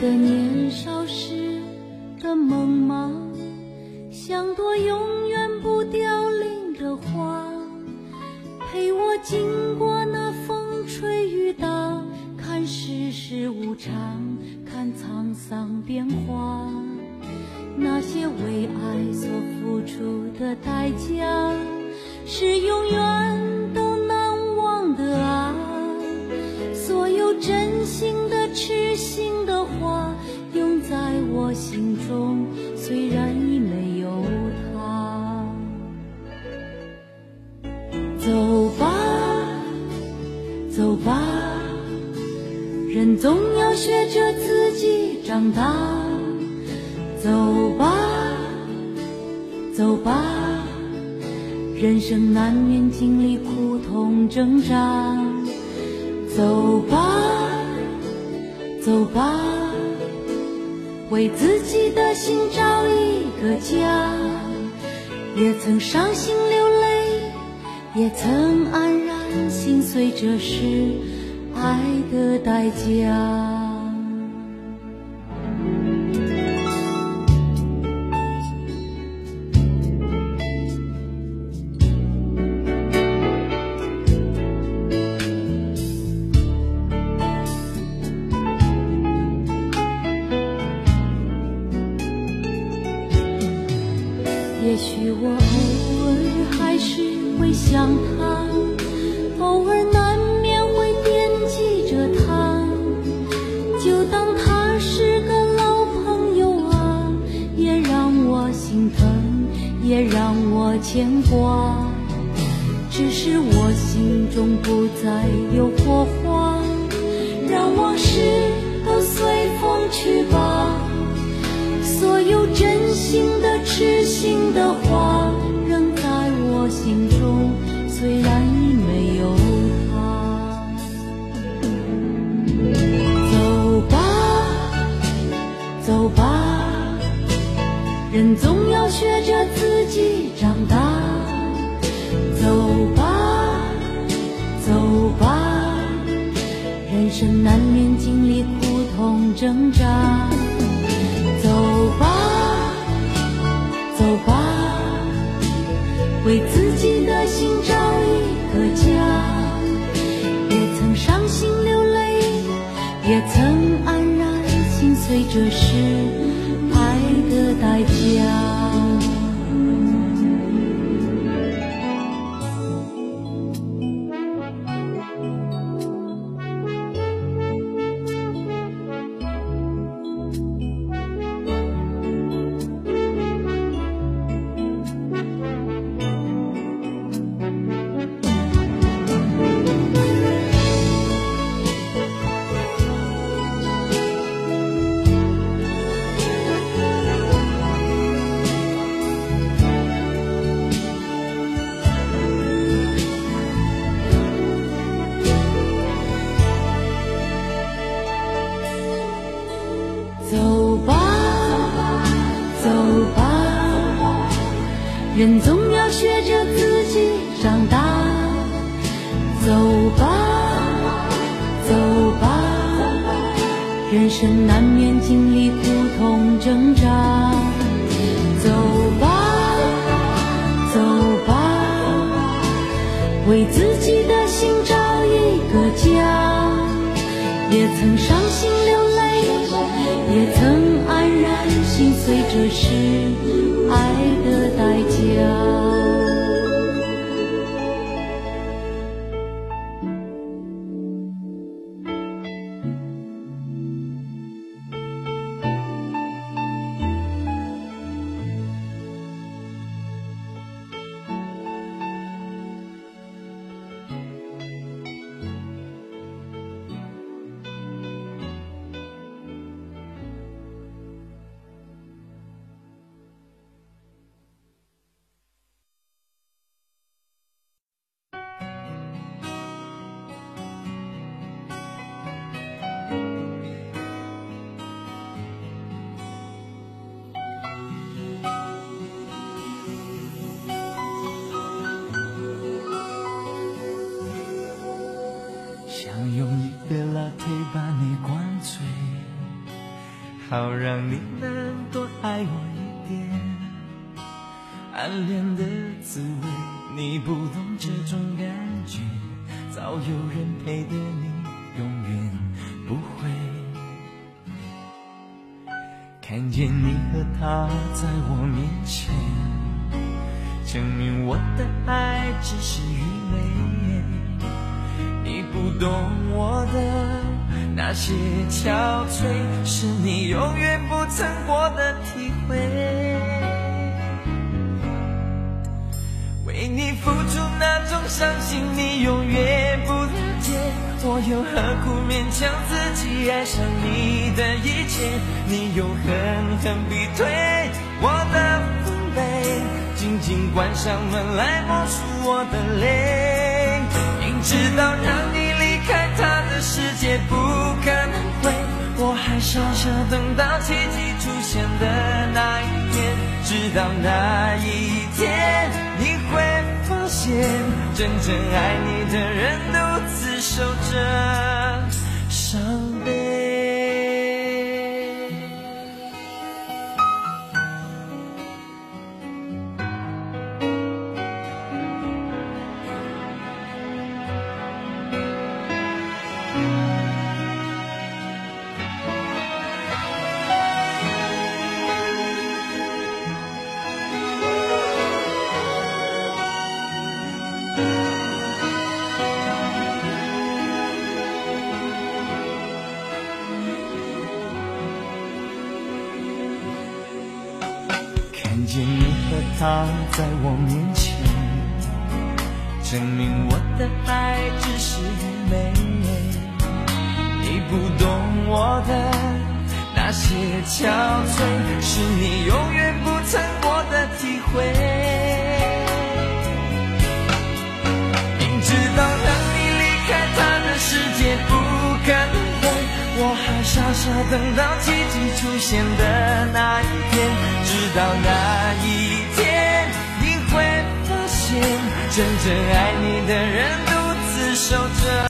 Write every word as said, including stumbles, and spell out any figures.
得年少时的梦吗？像朵永远不凋零的花，陪我经过那风吹雨打，看世事无常，看沧桑变化。那些为爱所付出的代价，是永远都难忘的啊。所有真心的痴心的话，永在我心中，虽然已没有他。走吧走吧，人总要学着自己长大。走吧走吧，人生难免经历苦痛挣扎。走吧走吧，为自己的心找一个家。也曾伤心流泪，也曾安然心碎，这是爱的代价。也许我偶尔还是会想他，偶尔难免会惦记着他，就当他是个老朋友啊，也让我心疼，也让我牵挂。只是我心中不再有火花，让往事都随风去吧。所有真心的痴心的话，仍在我心中，虽然已没有他。走吧走吧，人总要学着自己长大。走吧走吧，人生难免经历苦痛挣扎。走吧走吧，为自己的心找一个家。也曾伤心流泪，也曾安然心碎，这是爱的代价。走吧走吧，人总要学着自己长大。走吧走吧，人生难免经历苦痛挣扎。走吧走吧，为自己的心找一个家。也曾伤心流泪，也曾安然心碎，这是爱的代价。 好让你能多爱我一点。暗恋的滋味你不懂这种感觉，早有人陪的你永远不会看见你和他在我面前，证明我的爱只是愚昧。你不懂我的那些憔悴，是你永远不曾过的体会。为你付出那种伤心你永远不了解，我又何苦勉强自己爱上你的一切。你又狠狠逼退我的防备，紧紧关上门来默数我的泪。明知道让你离开他的世界不可能会，我还傻傻等到奇迹出现的那一天。直到那一天你会发现，真正爱你的人独自守着伤悲。看见你和他在我面前，证明我的爱只是愚昧。你不懂我的那些憔悴，是你永远不曾过的体会。明知道让你离开他的世界不可能会，我还傻傻等到奇迹出现的那一天。直到那一天你会发现，真正爱你的人独自守着